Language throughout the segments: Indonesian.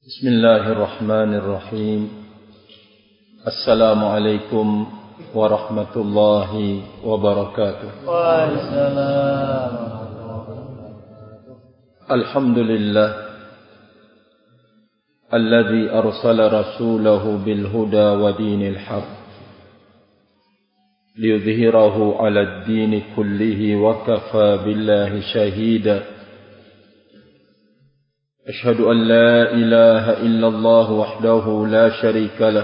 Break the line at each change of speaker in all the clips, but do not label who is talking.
بسم الله الرحمن الرحيم. السلام عليكم ورحمة الله وبركاته.
والسلام.
الحمد لله الذي أرسل رسوله بالهدى ودين الحق ليظهره على الدين كله وكفى بالله شهيدا. أشهد أن لا إله إلا الله وحده لا شريك له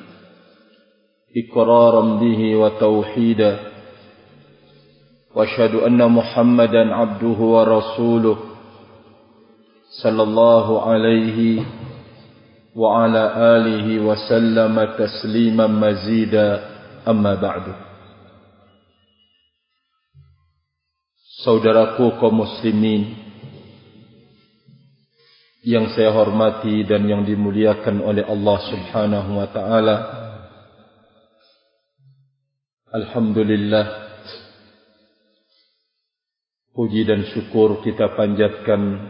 إقرارا به وتوحيدا. وأشهد أن محمدا عبده ورسوله صلى الله عليه وعلى آله وسلم تسليما مزيدا. أما بعد. Saudaraku kaum muslimin yang saya hormati dan yang dimuliakan oleh Allah Subhanahu wa taala. Alhamdulillah, puji dan syukur kita panjatkan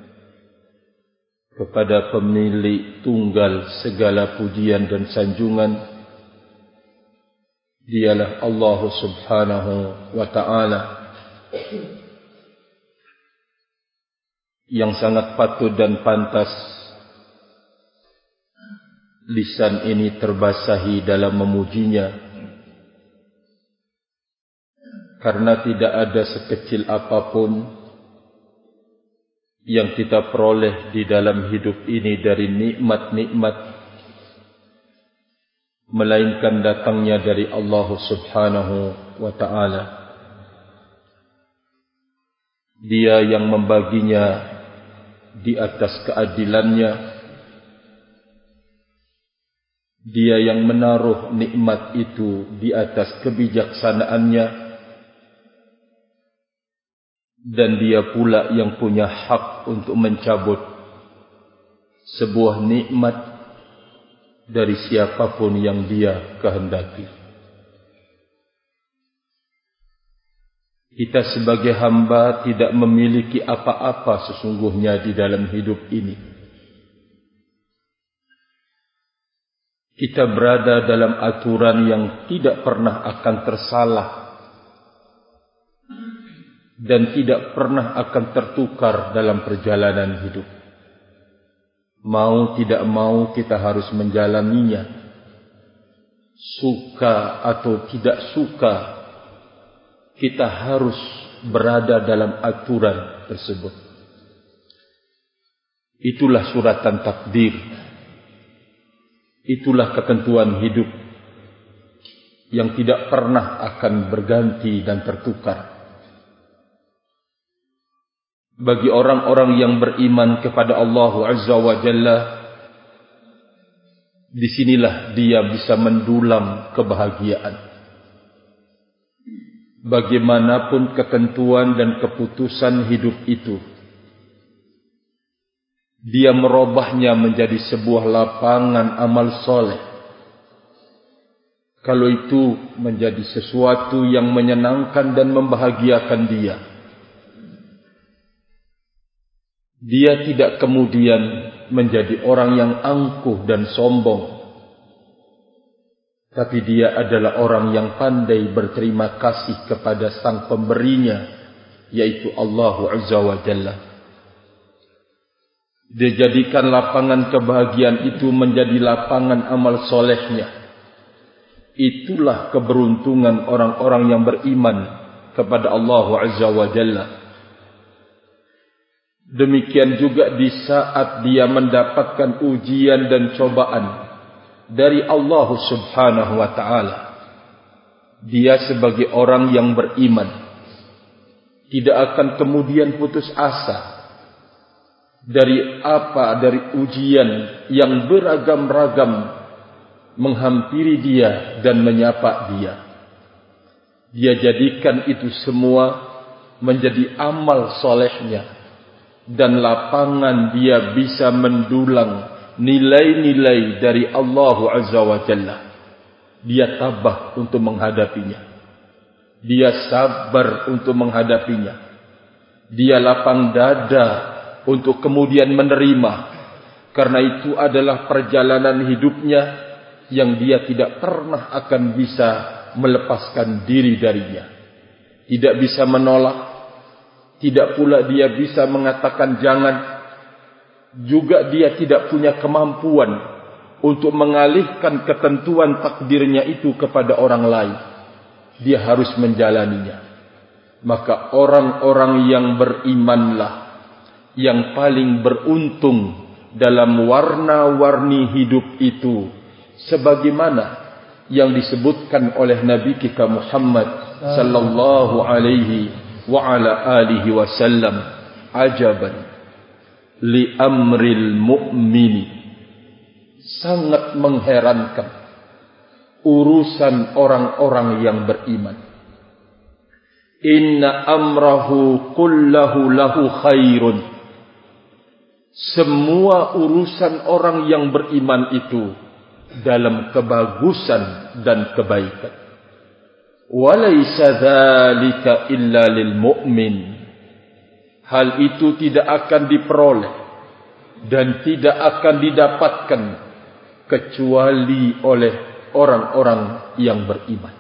kepada pemilik tunggal segala pujian dan sanjungan. Dialah Allah Subhanahu wa taala yang sangat patut dan pantas lisan ini terbasahi dalam memujinya, karena tidak ada sekecil apapun yang kita peroleh di dalam hidup ini dari nikmat-nikmat, melainkan datangnya dari Allah Subhanahu wa ta'ala. Dia yang membaginya di atas keadilannya. Dia yang menaruh nikmat itu di atas kebijaksanaannya. Dan dia pula yang punya hak untuk mencabut sebuah nikmat dari siapapun yang dia kehendaki. Kita sebagai hamba tidak memiliki apa-apa sesungguhnya di dalam hidup ini. Kita berada dalam aturan yang tidak pernah akan tersalah dan tidak pernah akan tertukar dalam perjalanan hidup. Mau tidak mau kita harus menjalaninya. Suka atau tidak suka, kita harus berada dalam aturan tersebut. Itulah suratan takdir. Itulah ketentuan hidup yang tidak pernah akan berganti dan tertukar. Bagi orang-orang yang beriman kepada Allah Azza wa Jalla, disinilah dia bisa mendulang kebahagiaan. Bagaimanapun ketentuan dan keputusan hidup itu, dia merubahnya menjadi sebuah lapangan amal soleh. Kalau itu menjadi sesuatu yang menyenangkan dan membahagiakan dia, dia tidak kemudian menjadi orang yang angkuh dan sombong, tapi dia adalah orang yang pandai berterima kasih kepada sang pemberinya, yaitu Allah Azza wa Jalla. Dia jadikan lapangan kebahagiaan itu menjadi lapangan amal solehnya. Itulah keberuntungan orang-orang yang beriman kepada Allah Azza wa Jalla. Demikian juga di saat dia mendapatkan ujian dan cobaan dari Allah Subhanahu wa ta'ala, dia sebagai orang yang beriman tidak akan kemudian putus asa dari ujian yang beragam-ragam menghampiri dia dan menyapa dia. Dia jadikan itu semua menjadi amal solehnya, dan lapangan dia bisa mendulang nilai-nilai dari Allah Azza wa Jalla. Dia tabah untuk menghadapinya. Dia sabar untuk menghadapinya. Dia lapang dada untuk kemudian menerima Karena itu adalah perjalanan hidupnya yang dia tidak pernah akan bisa melepaskan diri darinya. Tidak bisa menolak, tidak pula dia bisa mengatakan jangan. Juga dia tidak punya kemampuan untuk mengalihkan ketentuan takdirnya itu kepada orang lain. Dia harus menjalaninya. Maka orang-orang yang berimanlah yang paling beruntung dalam warna-warni hidup itu, sebagaimana yang disebutkan oleh Nabi kita Muhammad sallallahu alaihi wa ala alihi wasallam, ajaban li amril mu'mini, sangat mengherankan urusan orang-orang yang beriman. Inna amrahu kullahu lahu khairun. Semua urusan orang yang beriman itu dalam kebagusan dan kebaikan. Walaysa dzalika illa lil mu'min. Hal itu tidak akan diperoleh dan tidak akan didapatkan kecuali oleh orang-orang yang beriman.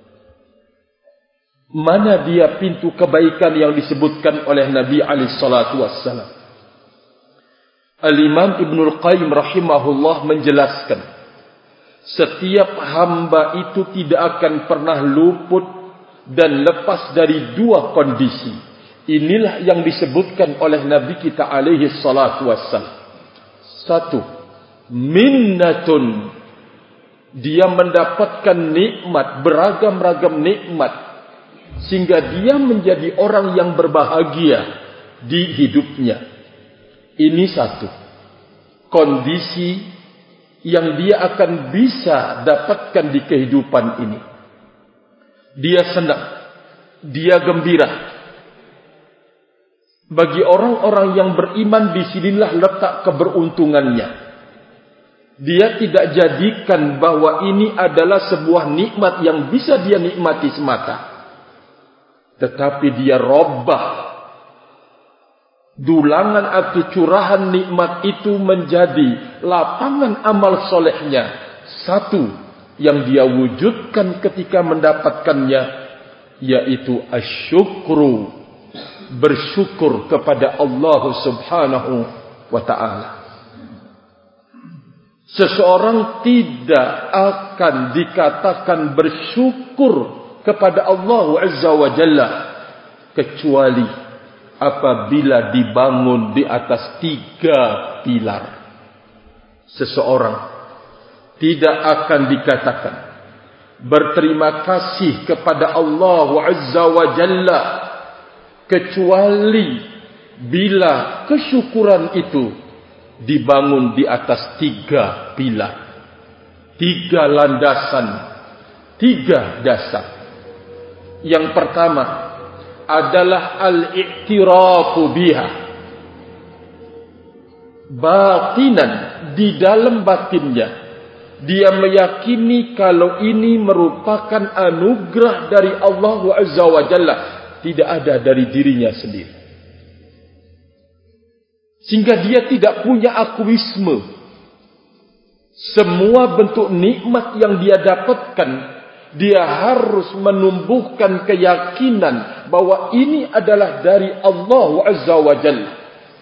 Mana dia pintu kebaikan yang disebutkan oleh Nabi alaihi salatu wassalam? Al-Imam Ibnul Qayyim rahimahullah menjelaskan, setiap hamba itu tidak akan pernah luput dan lepas dari dua kondisi. Inilah yang disebutkan oleh Nabi kita alaihi salatu wassalam. Satu, minnatun, dia mendapatkan nikmat, beragam-ragam nikmat, sehingga dia menjadi orang yang berbahagia di hidupnya. Ini satu kondisi yang dia akan bisa dapatkan di kehidupan ini. Dia senang, dia gembira. Bagi orang-orang yang beriman, disinilah letak keberuntungannya. Dia tidak jadikan bahwa ini adalah sebuah nikmat yang bisa dia nikmati semata, tetapi dia robbah dulangan atau curahan nikmat itu menjadi lapangan amal solehnya. Satu yang dia wujudkan ketika mendapatkannya, yaitu asyukru, bersyukur kepada Allah subhanahu wa ta'ala. Seseorang tidak akan dikatakan bersyukur kepada Allah azza wa jalla kecuali apabila dibangun di atas 3 pilar. Seseorang tidak akan dikatakan berterima kasih kepada Allah azza wa jalla kecuali bila kesyukuran itu dibangun di atas 3 pilar, 3 landasan, 3 dasar. Yang pertama adalah al-i'tirafu biha, batinan, di dalam batinnya dia meyakini kalau ini merupakan anugerah dari Allah azza wa jalla, tidak ada dari dirinya sendiri, sehingga dia tidak punya akuisme. Semua bentuk nikmat yang dia dapatkan, dia harus menumbuhkan keyakinan bahwa ini adalah dari Allah azza wa jalla.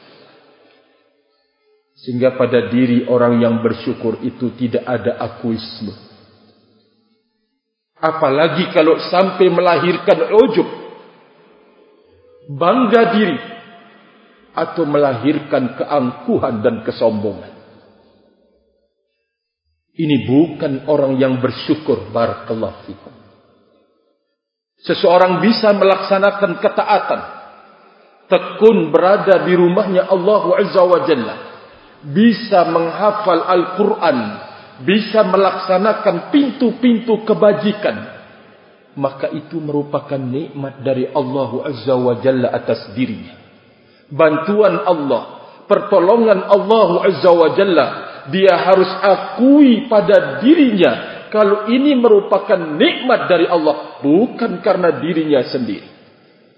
Sehingga pada diri orang yang bersyukur itu tidak ada akuisme. Apalagi kalau sampai melahirkan ujub, bangga diri, atau melahirkan keangkuhan dan kesombongan. Ini bukan orang yang bersyukur. Barakallahu fikum. Seseorang bisa melaksanakan ketaatan, tekun berada di rumahnya Allah azza wa jalla, bisa menghafal Al-Quran, bisa melaksanakan pintu-pintu kebajikan, maka itu merupakan nikmat dari Allah azza wa jalla atas dirinya. Bantuan Allah, pertolongan Allah azza wa jalla, dia harus akui pada dirinya kalau ini merupakan nikmat dari Allah, bukan karena dirinya sendiri.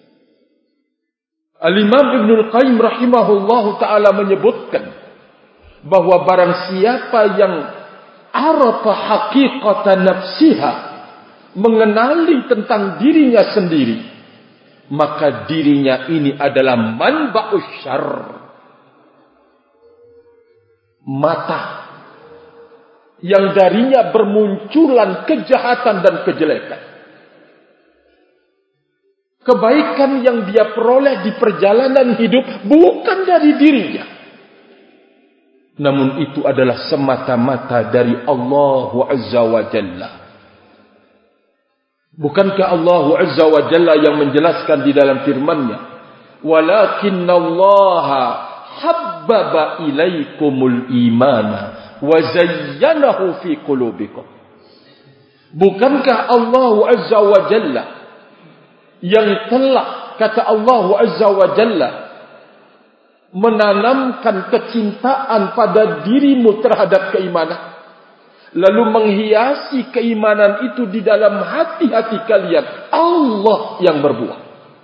Al-Imam Ibnul Qayyim rahimahullahu ta'ala menyebutkan, bahwa barang siapa yang arafa haqiqatan nafsiha, mengenali tentang dirinya sendiri, maka dirinya ini adalah manba'us syarr, mata yang darinya bermunculan kejahatan dan kejelekan. Kebaikan yang dia peroleh di perjalanan hidup bukan dari dirinya, namun itu adalah semata-mata dari Allah Azza wa Jalla. Bukankah Allah Azza wa Jalla yang menjelaskan di dalam firman-Nya, "Walakinnallaha habbaba ilaikumul imana wa zayyanahu fi qulubikum." Bukankah Allah Azza wa Jalla yang telah, kata Allah Azza wa Jalla, menanamkan kecintaan pada dirimu terhadap keimanan, lalu menghiasi keimanan itu di dalam hati-hati kalian. Allah yang berbuat.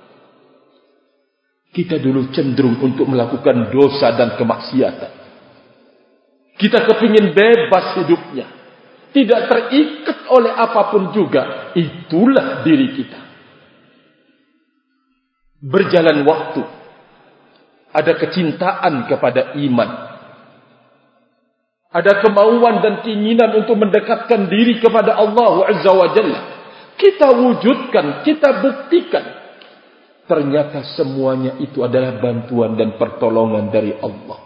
Kita dulu cenderung untuk melakukan dosa dan kemaksiatan. Kita kepingin bebas hidupnya, tidak terikat oleh apapun juga. Itulah diri kita. Berjalan waktu, ada kecintaan kepada iman, ada kemauan dan keinginan untuk mendekatkan diri kepada Allah Azza wa Jalla. Kita wujudkan, kita buktikan. Ternyata semuanya itu adalah bantuan dan pertolongan dari Allah.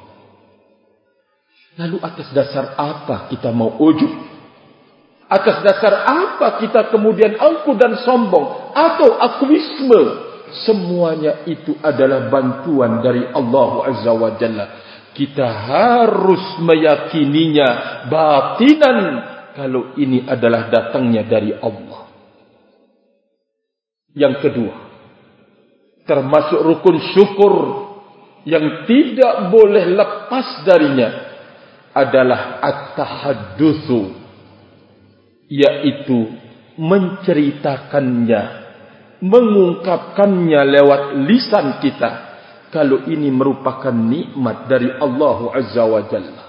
Lalu atas dasar apa kita mau ujub? Atas dasar apa kita kemudian angkuh dan sombong atau akuisme? Semuanya itu adalah bantuan dari Allah Azza wa Jalla. Kita harus meyakininya batinan kalau ini adalah datangnya dari Allah. Yang kedua, termasuk rukun syukur yang tidak boleh lepas darinya adalah at-tahaddutsu, yaitu menceritakannya, mengungkapkannya lewat lisan kita, kalau ini merupakan nikmat dari Allah Azza wa Jalla.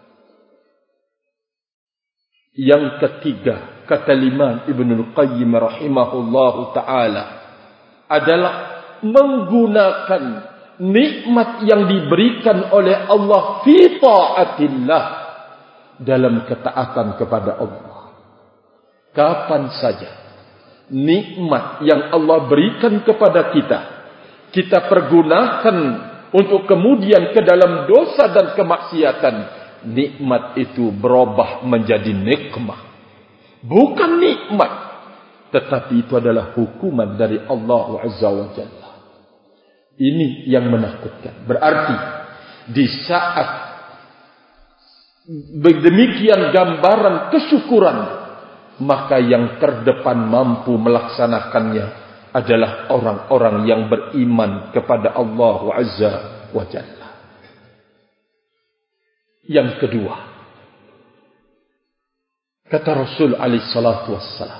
Yang ketiga, kata Imam Ibnul Qayyim rahimahullahu ta'ala, adalah menggunakan nikmat yang diberikan oleh Allah fi ta'atillah, dalam ketaatan kepada Allah. Kapan saja nikmat yang Allah berikan kepada kita, kita pergunakan untuk kemudian ke dalam dosa dan kemaksiatan, nikmat itu berubah menjadi nikmah. Bukan nikmat, tetapi itu adalah hukuman dari Allah Azza wa Jalla. Ini yang menakutkan. Berarti di saat demikian gambaran kesyukuran, maka yang terdepan mampu melaksanakannya adalah orang-orang yang beriman kepada Allah Azza wa Jalla. Yang kedua, kata Rasul alaihi salatu wassalam,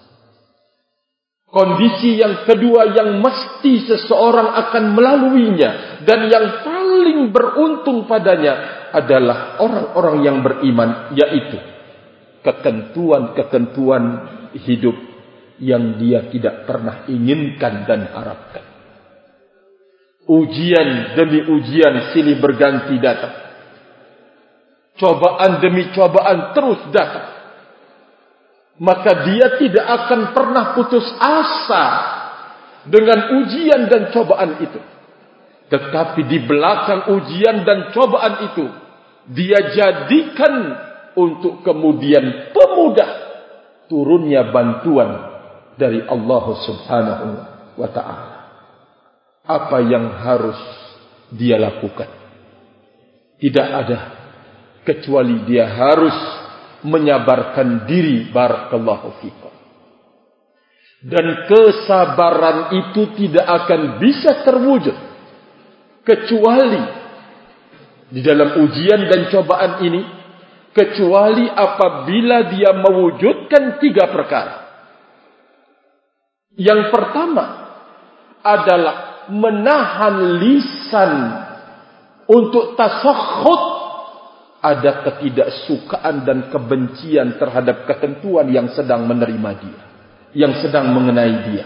kondisi yang kedua yang mesti seseorang akan melaluinya dan yang paling beruntung padanya adalah orang-orang yang beriman, yaitu ketentuan-ketentuan hidup yang dia tidak pernah inginkan dan harapkan. Ujian demi ujian silih berganti datang. Cobaan demi cobaan terus datang. Maka dia tidak akan pernah putus asa dengan ujian dan cobaan itu. Tetapi di belakang ujian dan cobaan itu, dia jadikan untuk kemudian pemudah turunnya bantuan dari Allah Subhanahu wa ta'ala. Apa yang harus dia lakukan? Tidak ada kecuali dia harus menyabarkan diri. Barakallahu fikum. Dan kesabaran itu tidak akan bisa terwujud kecuali di dalam ujian dan cobaan ini, kecuali apabila dia mewujudkan 3 perkara. Yang pertama adalah menahan lisan untuk tasakhut, ada ketidaksukaan dan kebencian terhadap ketentuan yang sedang menerima dia, yang sedang mengenai dia.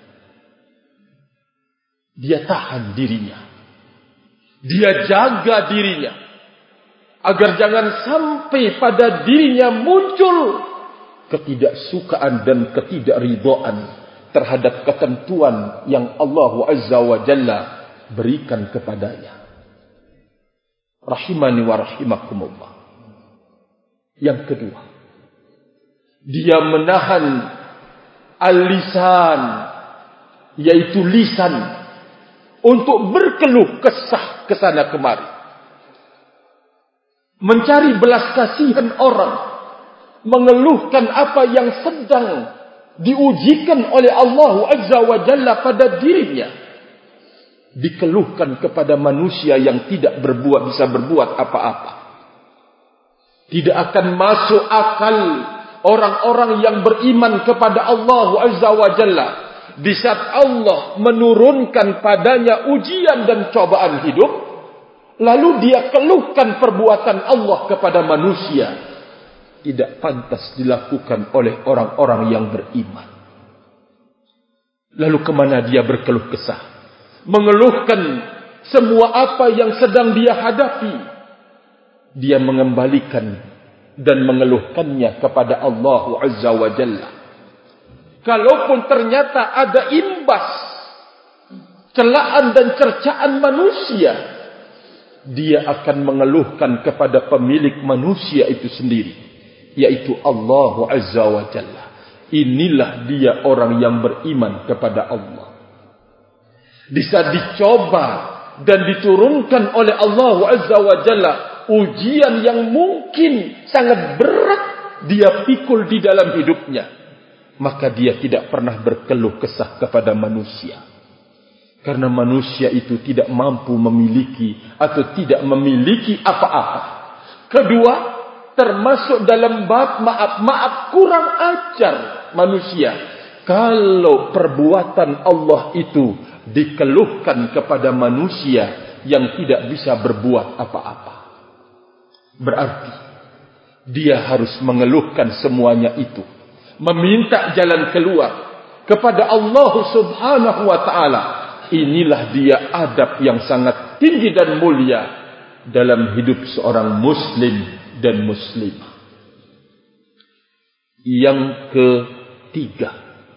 Dia tahan dirinya, dia jaga dirinya, agar jangan sampai pada dirinya muncul ketidaksukaan dan ketidakridhaan terhadap ketentuan yang Allah Azza wa Jalla berikan kepadanya. Rahimani wa rahimakumullah. Yang kedua, dia menahan al-lisan, yaitu lisan, untuk berkeluh kesah kesana kemari, mencari belas kasihan orang, mengeluhkan apa yang sedang diujikan oleh Allah Azza wa Jalla pada dirinya, dikeluhkan kepada manusia yang tidak bisa berbuat apa-apa. Tidak akan masuk akal orang-orang yang beriman kepada Allah Azza wa Jalla di saat Allah menurunkan padanya ujian dan cobaan hidup, lalu dia keluhkan perbuatan Allah kepada manusia. Tidak pantas dilakukan oleh orang-orang yang beriman. Lalu kemana dia berkeluh kesah? Mengeluhkan semua apa yang sedang dia hadapi. Dia mengembalikan dan mengeluhkannya kepada Allah Azza wa Jalla. Kalaupun ternyata ada imbas, celaan dan cercaan manusia, dia akan mengeluhkan kepada pemilik manusia itu sendiri, yaitu Allah Azza wa Jalla. Inilah dia orang yang beriman kepada Allah. Bisa dicoba dan diturunkan oleh Allah Azza wa Jalla ujian yang mungkin sangat berat dia pikul di dalam hidupnya, maka dia tidak pernah berkeluh kesah kepada manusia. Karena manusia itu tidak mampu memiliki atau tidak memiliki apa-apa. Kedua, termasuk dalam bab maaf kurang ajar manusia kalau perbuatan Allah itu dikeluhkan kepada manusia yang tidak bisa berbuat apa-apa. Berarti dia harus mengeluhkan semuanya itu, meminta jalan keluar kepada Allah Subhanahu wa ta'ala. Inilah dia adab yang sangat tinggi dan mulia dalam hidup seorang muslim dan muslimah. Yang ketiga,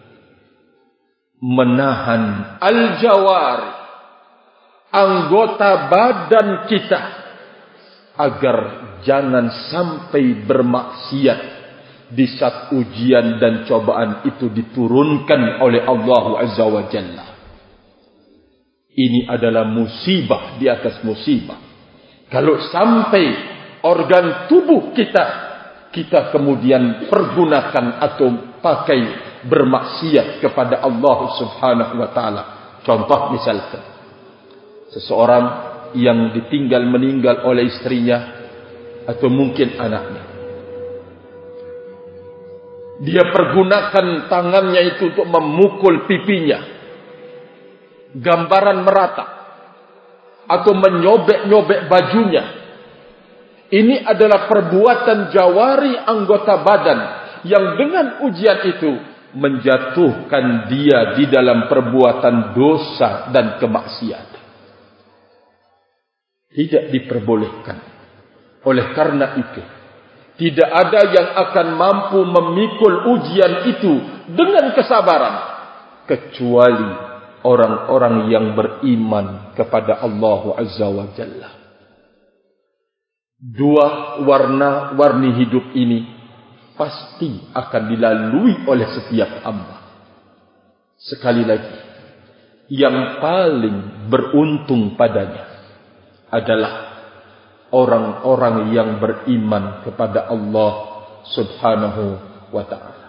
menahan al-jawari, anggota badan kita, agar jangan sampai bermaksiat di saat ujian dan cobaan itu diturunkan oleh Allah Azza wa Jalla. Ini adalah musibah di atas musibah. Kalau sampai organ tubuh kita kemudian pergunakan atau pakai bermaksiat kepada Allah Subhanahu wa ta'ala. Contoh misalkan, seseorang yang ditinggal meninggal oleh istrinya atau mungkin anaknya. Dia pergunakan tangannya itu untuk memukul pipinya, gambaran merata, atau menyobek-nyobek bajunya. Ini adalah perbuatan jawari anggota badan yang dengan ujian itu menjatuhkan dia di dalam perbuatan dosa dan kemaksiatan. Tidak diperbolehkan. Oleh karena itu, tidak ada yang akan mampu memikul ujian itu dengan kesabaran kecuali orang-orang yang beriman kepada Allah Azza wa Jalla. Dua warna-warni hidup ini pasti akan dilalui oleh setiap hamba. Sekali lagi, yang paling beruntung padanya adalah orang-orang yang beriman kepada Allah Subhanahu wa ta'ala.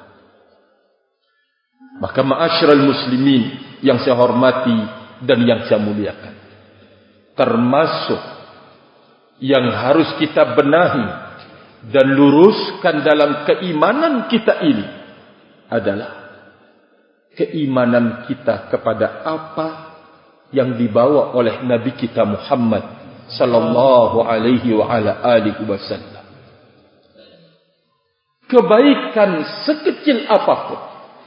Maka ma'asyiral muslimin yang saya hormati dan yang saya muliakan, termasuk yang harus kita benahi dan luruskan dalam keimanan kita ini adalah keimanan kita kepada apa yang dibawa oleh Nabi kita Muhammad sallallahu alaihi wa ala alihi wasallam. Kebaikan sekecil apapun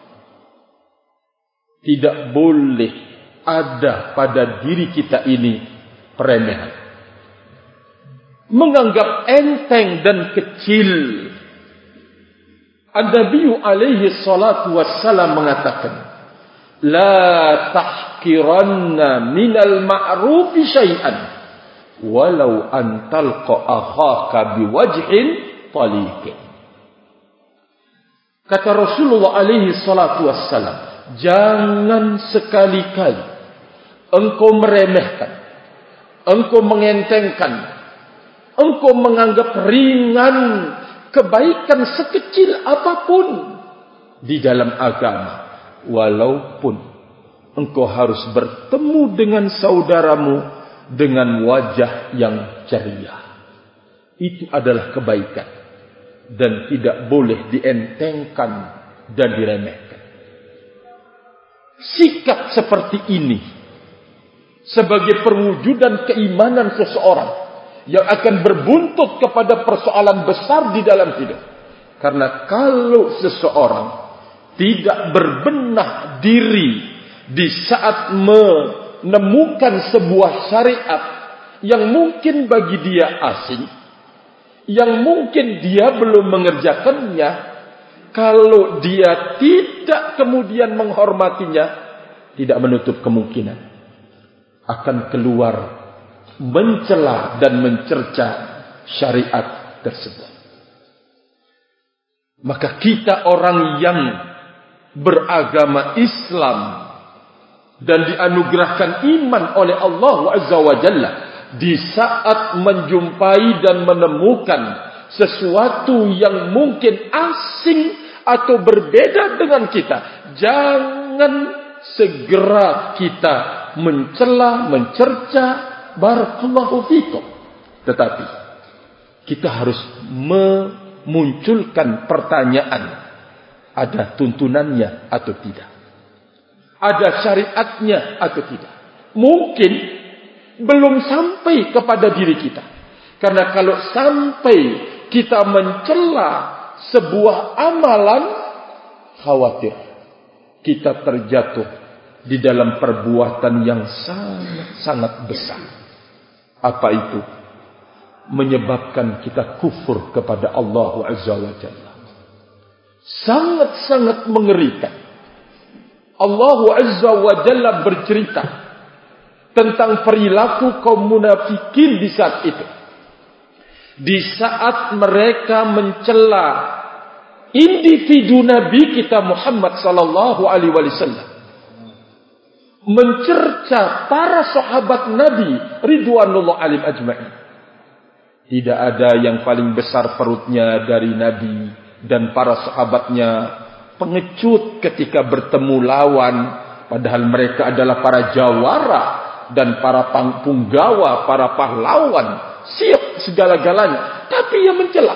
tidak boleh ada pada diri kita ini peremehan, menganggap enteng dan kecil. An-Nabi alaihi salatu wassalam mengatakan, la tahqiranna minal ma'rufi syai'an walau an talqa akhaka biwajhin taliqin. Kata Rasulullah alaihi salatu wassalam, jangan sekali-kali engkau meremehkan, engkau mengentengkan, engkau menganggap ringan kebaikan sekecil apapun di dalam agama, walaupun engkau harus bertemu dengan saudaramu dengan wajah yang ceria. Itu adalah kebaikan dan tidak boleh dientengkan dan diremehkan. Sikap seperti ini sebagai perwujudan keimanan seseorang yang akan berbuntut kepada persoalan besar di dalam hidup. Karena kalau seseorang tidak berbenah diri di saat menemukan sebuah syariat yang mungkin bagi dia asing, yang mungkin dia belum mengerjakannya, kalau dia tidak kemudian menghormatinya, tidak menutup kemungkinan akan keluar mencela dan mencerca syariat tersebut. Maka kita orang yang beragama Islam dan dianugerahkan iman oleh Allah Azza wa Jalla, di saat menjumpai dan menemukan sesuatu yang mungkin asing atau berbeda dengan kita, jangan segera kita mencela, mencerca, barakallahu fikum. Tetapi kita harus memunculkan pertanyaan, ada tuntunannya atau tidak, ada syariatnya atau tidak. Mungkin belum sampai kepada diri kita, karena kalau sampai kita mencela sebuah amalan, khawatir kita terjatuh di dalam perbuatan yang sangat besar. Apa itu? Menyebabkan kita kufur kepada Allah Azza wa Jalla. Sangat-sangat mengerikan. Allah Azza wa Jalla bercerita tentang perilaku kaum munafikin di saat itu. Di saat mereka mencela individu Nabi kita Muhammad sallallahu alaihi wasallam, mencerca para sahabat Nabi ridwanullah alaihim ajma'in. Tidak ada yang paling besar perutnya dari Nabi dan para sahabatnya, pengecut ketika bertemu lawan, padahal mereka adalah para jawara dan para punggawa, para pahlawan, siap segala-galanya, tapi ia mencela.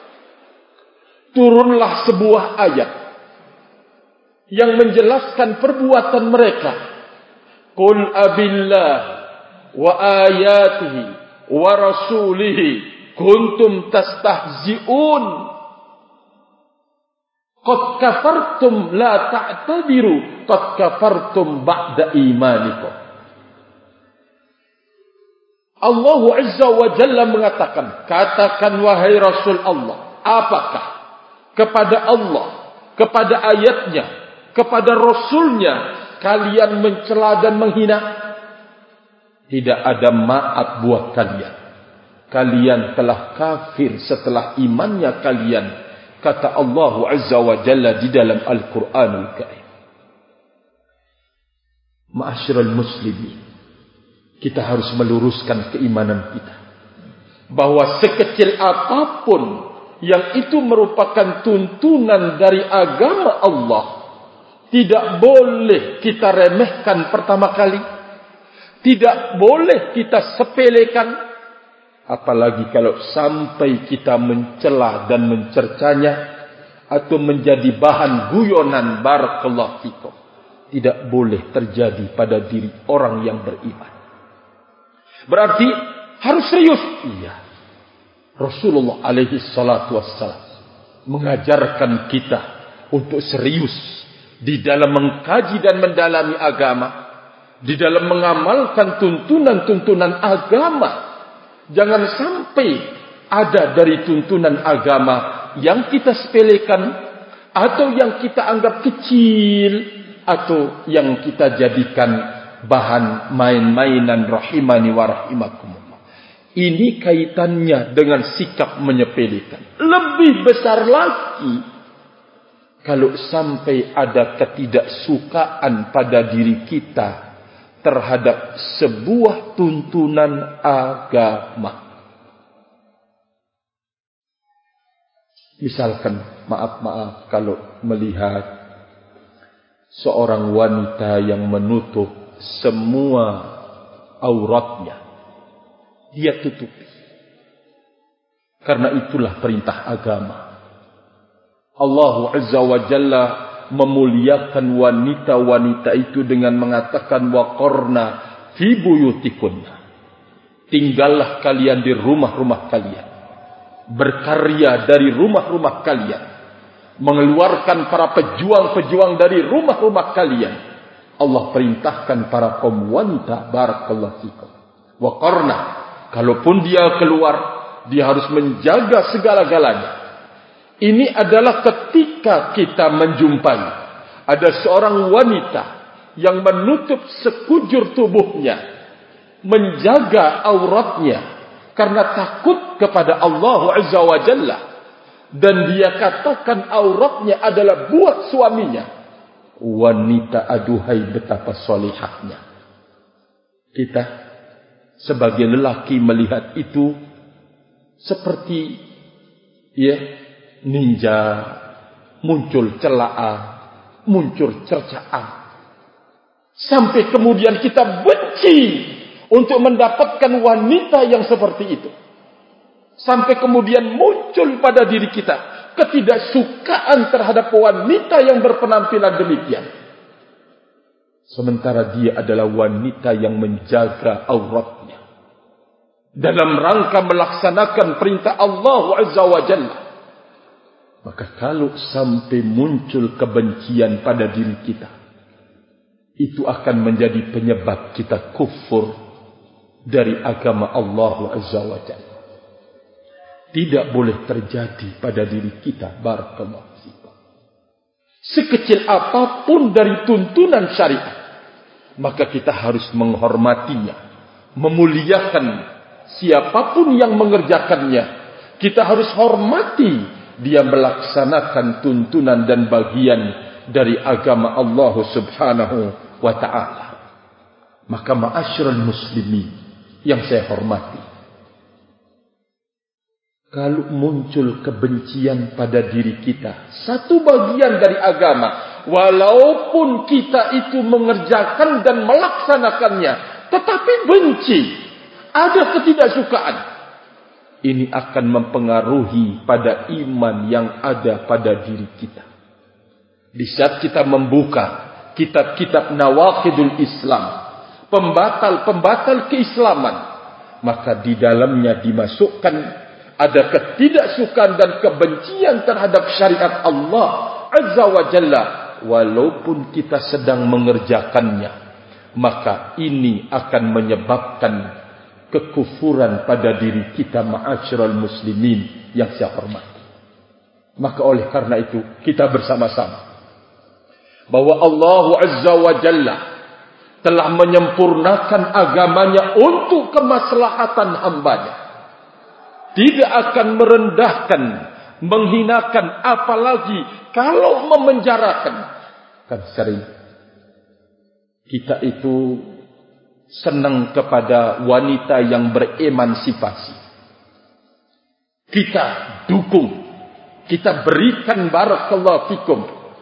Turunlah sebuah ayat yang menjelaskan perbuatan mereka. Qul abillah wa ayatihi wa rasulihi kuntum tastahzi'un qad kafartum la ta'tadiru qad kafartum ba'da imanikum. Allah Azza wa Jalla mengatakan, katakan wahai Rasul Allah, apakah kepada Allah, kepada ayatnya, kepada Rasulnya kalian mencela dan menghina? Tidak ada maaf buat kalian. Kalian telah kafir setelah imannya kalian, kata Allah Azza wa Jalla di dalam Al-Quranul Karim. Ma'asyiral muslimin, kita harus meluruskan keimanan kita, bahwa sekecil apapun yang itu merupakan tuntunan dari agama Allah, tidak boleh kita remehkan pertama kali, tidak boleh kita sepelekan, apalagi kalau sampai kita mencela dan mencercanya atau menjadi bahan guyonan. Barakallahu fikum. Tidak boleh terjadi pada diri orang yang beriman. Berarti Harus serius. Iya. Rasulullah alaihi salatu wassalam mengajarkan kita untuk serius di dalam mengkaji dan mendalami agama, di dalam mengamalkan tuntunan-tuntunan agama. Jangan sampai ada dari tuntunan agama yang kita sepelekan, atau yang kita anggap kecil, atau yang kita jadikan bahan main-mainan rahimani wa rahimakumullah. Ini kaitannya dengan sikap menyepelekan. Lebih besar lagi kalau sampai ada ketidaksukaan pada diri kita terhadap sebuah tuntunan agama. Misalkan, maaf kalau melihat seorang wanita yang menutup semua auratnya, dia tutupi. Karena itulah perintah agama. Allah Azza wa Jalla memuliakan wanita-wanita itu dengan mengatakan waqarna fi buyutikunna. Tinggallah kalian di rumah-rumah kalian. Berkarya dari rumah-rumah kalian. Mengeluarkan para pejuang-pejuang dari rumah-rumah kalian. Allah perintahkan para kaum wanita, barakallahu fikum. Waqarna, kalaupun dia keluar, dia harus menjaga segala-galanya. Ini adalah ketika kita menjumpai ada seorang wanita yang menutup sekujur tubuhnya, menjaga auratnya karena takut kepada Allah Azza wa Jalla, dan dia katakan auratnya adalah buat suaminya. Wanita, aduhai betapa solihahnya. Kita sebagai lelaki melihat itu seperti ninja, muncul celaan, muncul cercaan, sampai kemudian kita benci untuk mendapatkan wanita yang seperti itu. Sampai kemudian muncul pada diri kita ketidaksukaan terhadap wanita yang berpenampilan demikian. Sementara dia adalah wanita yang menjaga auratnya dalam rangka melaksanakan perintah Allah Azza wa Jalla. Maka kalau sampai muncul kebencian pada diri kita, itu akan menjadi penyebab kita kufur dari agama Allah Azza wa Jalla. Tidak boleh terjadi pada diri kita, barakallahu fikum. Sekecil apapun dari tuntunan syariat, maka kita harus menghormatinya, memuliakan siapapun yang mengerjakannya. Kita harus hormati dia melaksanakan tuntunan dan bagian dari agama Allah Subhanahu wa ta'ala. Maka ma'asyiral muslimin yang saya hormati, kalau muncul kebencian pada diri kita, satu bagian dari agama, walaupun kita itu mengerjakan dan melaksanakannya, tetapi benci, ada ketidaksukaan, ini akan mempengaruhi pada iman yang ada pada diri kita. Di saat kita membuka kitab-kitab nawaqidul Islam, pembatal-pembatal keislaman, maka di dalamnya dimasukkan ada ketidaksukaan dan kebencian terhadap syariat Allah Azza wa Jalla, walaupun kita sedang mengerjakannya, maka ini akan menyebabkan kekufuran pada diri kita, ma'asyiral muslimin yang saya hormati. Maka oleh karena itu kita bersama-sama bahwa Allah Azza wa Jalla telah menyempurnakan agamanya untuk kemaslahatan hambanya. Tidak akan merendahkan, menghinakan, apalagi kalau memenjarakan. Kan sering kita itu senang kepada wanita yang beremansipasi. Kita dukung, kita berikan barakallahu fikum,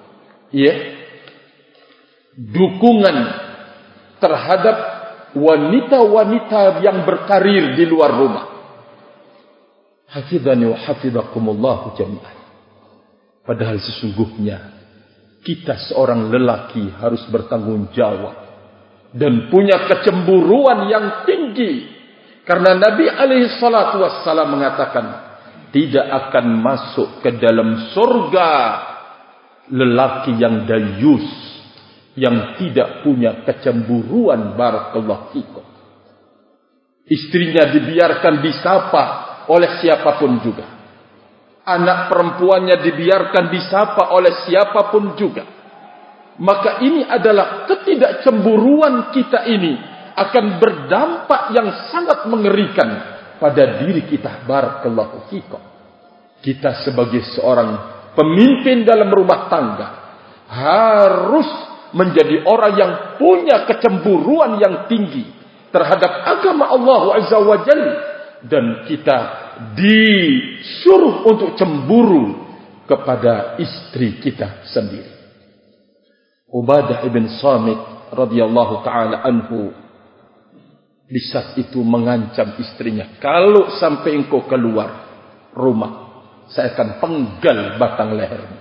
dukungan terhadap wanita-wanita yang berkarir di luar rumah. Hafidhani wa hafidhakumullahu jami'an. Padahal sesungguhnya kita seorang lelaki harus bertanggung jawab dan punya kecemburuan yang tinggi Karena Nabi alaihi salatu wassalam mengatakan, tidak akan masuk ke dalam surga lelaki yang dayus, yang tidak punya kecemburuan. Barakallahu fikum. Istrinya dibiarkan disapa oleh siapapun juga. Anak perempuannya dibiarkan disapa oleh siapapun juga. Maka ini adalah ketidakcemburuan kita ini akan berdampak yang sangat mengerikan pada diri kita. Barakallahu fikum. Kita sebagai seorang pemimpin dalam rumah tangga harus menjadi orang yang punya kecemburuan yang tinggi terhadap agama Allah Azza wa Jalla, dan kita disuruh untuk cemburu kepada istri kita sendiri. Ubadah ibn Samit radhiyallahu taala anhu di saat itu mengancam istrinya, kalau sampai engkau keluar rumah, saya akan penggal batang lehermu.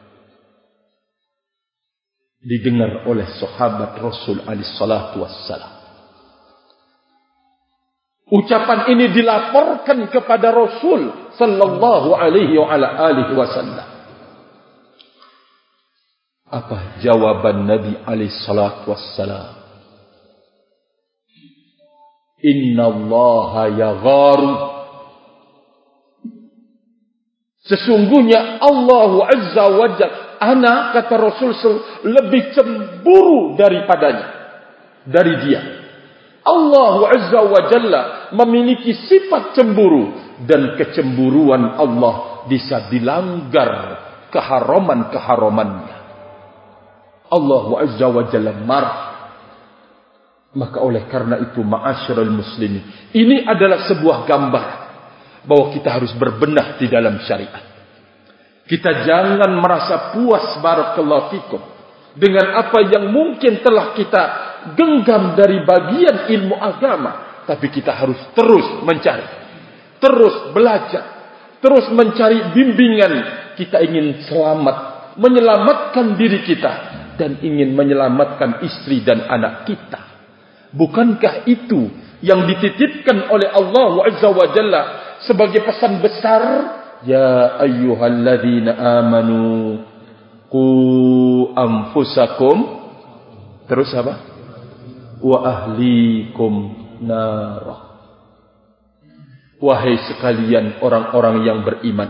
Didengar oleh sahabat Rasul alaihi salatu wassalam. Ucapan ini dilaporkan kepada Rasul sallallahu alaihi wa ala alihi wasallam. Apa jawaban Nabi alaihi salatu wassalam? Innallaha yagharu. Sesungguhnya Allah Azza wa Jalla, ana kata Rasul, lebih cemburu daripadanya, dari dia. Allah Azza wa Jalla memiliki sifat cemburu, dan kecemburuan Allah bisa dilanggar keharaman-keharamannya. Allah Azza wa Jalla marah. Maka oleh karena itu, ma'asyiral muslimin, ini adalah sebuah gambar bahwa kita harus berbenah di dalam syariat. Kita jangan merasa puas, barakallahu fikum, dengan apa yang mungkin telah kita genggam dari bagian ilmu agama. Tapi kita harus terus mencari, terus belajar, terus mencari bimbingan. Kita ingin selamat, menyelamatkan diri kita, dan ingin menyelamatkan istri dan anak kita. Bukankah itu yang dititipkan oleh Allah Azza wa Jalla sebagai pesan besar? Ya ayyuhalladzina amanu qu anfusakum, terus apa? Wa ahlikum narah. Wahai sekalian orang-orang yang beriman,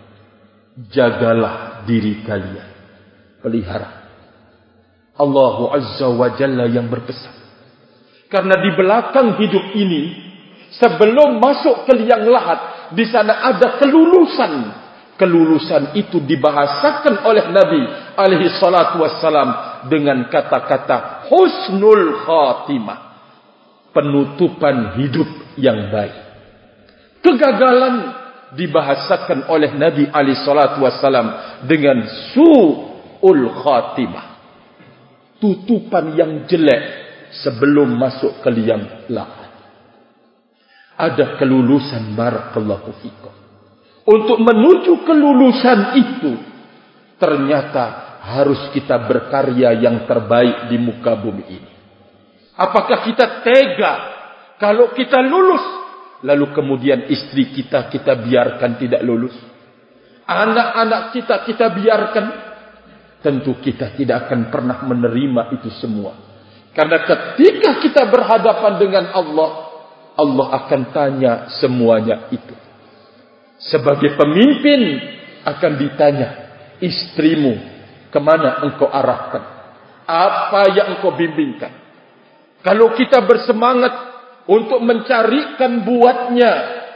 jagalah diri kalian, pelihara. Allah Azza wa Jalla yang berpesan. Karena di belakang hidup ini, sebelum masuk ke liang lahat, di sana ada kelulusan. Kelulusan itu dibahasakan oleh Nabi alaihi salatu wassalam dengan kata-kata husnul khatimah, penutupan hidup yang baik. Kegagalan dibahasakan oleh Nabi alaihi salatu wassalam dengan su'ul khatimah, tutupan yang jelek sebelum masuk ke liang lahat. Ada kelulusan, barakallahu fikum. Untuk menuju kelulusan itu, ternyata harus kita berkarya yang terbaik di muka bumi ini. Apakah kita tega kalau kita lulus, lalu kemudian istri kita biarkan tidak lulus? Anak-anak kita biarkan? Tentu kita tidak akan pernah menerima itu semua. Karena ketika kita berhadapan dengan Allah, Allah akan tanya semuanya itu. Sebagai pemimpin akan ditanya, istrimu kemana engkau arahkan? Apa yang engkau bimbingkan? Kalau kita bersemangat untuk mencarikan buatnya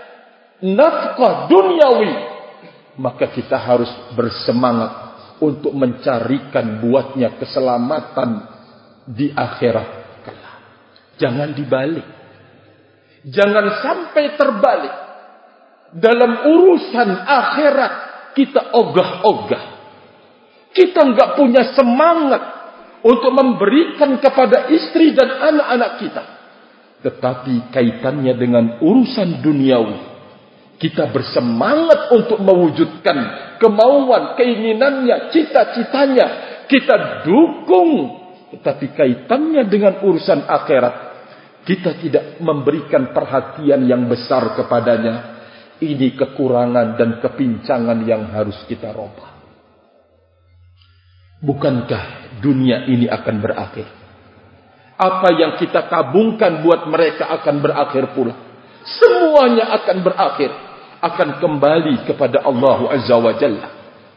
nafkah duniawi, maka kita harus bersemangat untuk mencarikan buatnya keselamatan di akhirat kelak. Jangan dibalik. Jangan sampai terbalik. Dalam urusan akhirat kita ogah-ogah. Kita enggak punya semangat untuk memberikan kepada istri dan anak-anak kita. Tetapi kaitannya dengan urusan duniawi, kita bersemangat untuk mewujudkan kemauan, keinginannya, cita-citanya. Kita dukung. Tetapi kaitannya dengan urusan akhirat, kita tidak memberikan perhatian yang besar kepadanya, ini kekurangan dan kepincangan yang harus kita robah. Bukankah dunia ini akan berakhir? Apa yang kita tabungkan buat mereka akan berakhir pula. Semuanya akan berakhir, akan kembali kepada Allah Azza wa Jalla.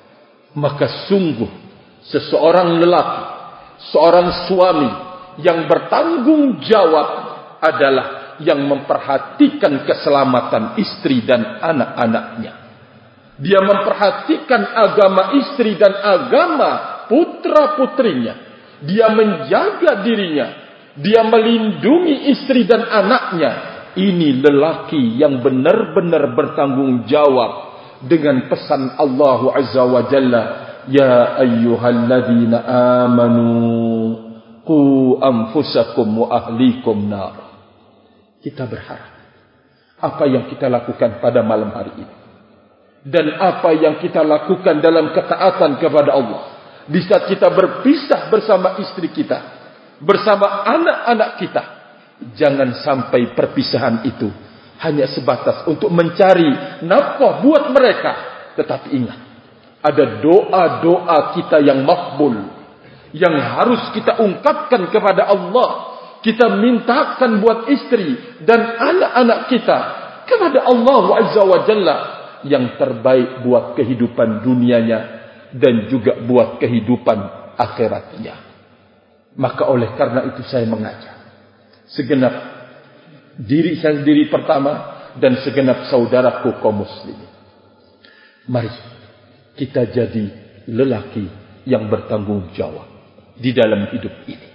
Maka sungguh seseorang lelaki, seorang suami yang bertanggung jawab adalah yang memperhatikan keselamatan istri dan anak-anaknya. Dia memperhatikan agama istri dan agama putra-putrinya. Dia menjaga dirinya. Dia melindungi istri dan anaknya. Ini lelaki yang benar-benar bertanggung jawab dengan pesan Allah Azza wa Jalla, ya ayyuhalladzina amanu qu anfusakum wa ahlikum nar. Kita berharap apa yang kita lakukan pada malam hari ini dan apa yang kita lakukan dalam ketaatan kepada Allah, di saat kita berpisah bersama istri kita, bersama anak-anak kita, jangan sampai perpisahan itu hanya sebatas untuk mencari nafkah buat mereka. Tetapi ingat, ada doa-doa kita yang makbul, yang harus kita ungkapkan kepada Allah. Kita mintakan buat istri dan anak-anak kita kepada Allah Azza wa Jalla yang terbaik buat kehidupan dunianya dan juga buat kehidupan akhiratnya. Maka oleh karena itu saya mengajak segenap diri saya sendiri pertama dan segenap saudaraku kaum muslimin, mari kita jadi lelaki yang bertanggung jawab di dalam hidup ini.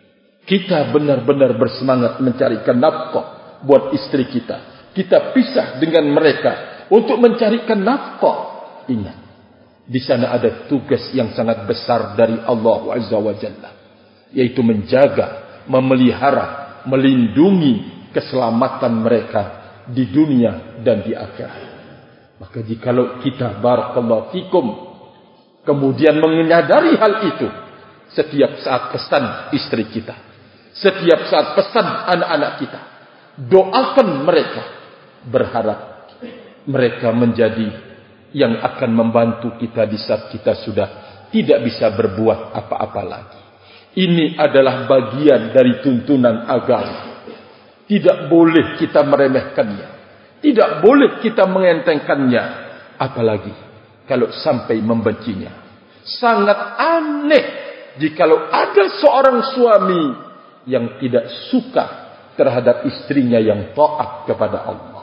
Kita benar-benar bersemangat mencarikan nafkah buat istri kita. Kita pisah dengan mereka untuk mencarikan nafkah. Ingat, di sana ada tugas yang sangat besar dari Allah Azza wa Jalla, yaitu menjaga, memelihara, melindungi keselamatan mereka di dunia dan di akhirat. Maka jikalau kita barakallahu fikum kemudian menyadari hal itu, setiap saat pesan istri kita, setiap saat pesan anak-anak kita, doakan mereka, berharap mereka menjadi yang akan membantu kita di saat kita sudah tidak bisa berbuat apa-apa lagi. Ini adalah bagian dari tuntunan agama. Tidak boleh kita meremehkannya, tidak boleh kita mengentengkannya, apalagi kalau sampai membencinya. Sangat aneh jikalau ada seorang suami yang tidak suka terhadap istrinya yang taat kepada Allah.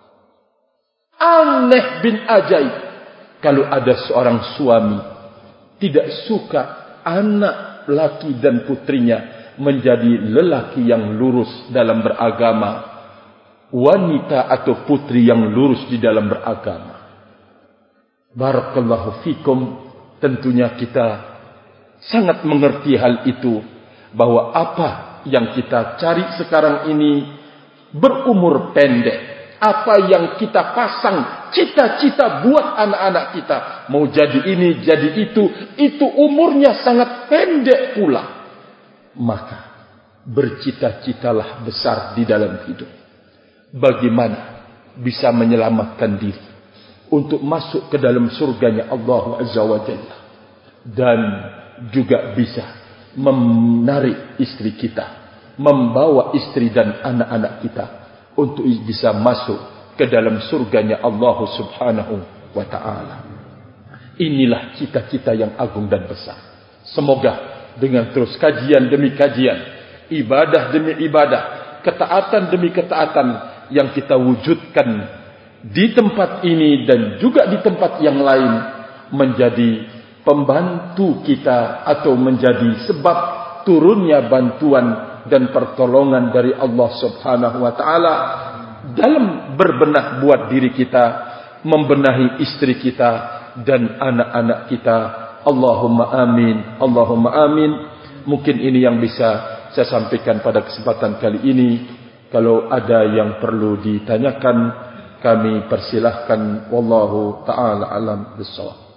Aneh bin ajaib kalau ada seorang suami tidak suka anak laki dan putrinya menjadi lelaki yang lurus dalam beragama, wanita atau putri yang lurus di dalam beragama. Barakallahu fikum. Tentunya kita sangat mengerti hal itu, bahwa apa yang kita cari sekarang ini berumur pendek. Apa yang kita pasang cita-cita buat anak-anak kita, mau jadi ini, jadi itu umurnya sangat pendek pula. Maka bercita-citalah besar di dalam hidup. Bagaimana bisa menyelamatkan diri untuk masuk ke dalam surganya Allah Azza wa Jalla, dan juga bisa menarik istri kita, membawa istri dan anak-anak kita untuk bisa masuk ke dalam surganya Allah Subhanahu wa ta'ala. Inilah cita-cita yang agung dan besar. Semoga dengan terus kajian demi kajian, ibadah demi ibadah, ketaatan demi ketaatan yang kita wujudkan di tempat ini dan juga di tempat yang lain, menjadi pembantu kita atau menjadi sebab turunnya bantuan dan pertolongan dari Allah Subhanahu wa ta'ala dalam berbenah buat diri kita, membenahi istri kita dan anak-anak kita. Allahumma amin, Allahumma amin. Mungkin ini yang bisa saya sampaikan pada kesempatan kali ini. Kalau ada yang perlu ditanyakan, kami persilahkan. Wallahu ta'ala alam bissawab.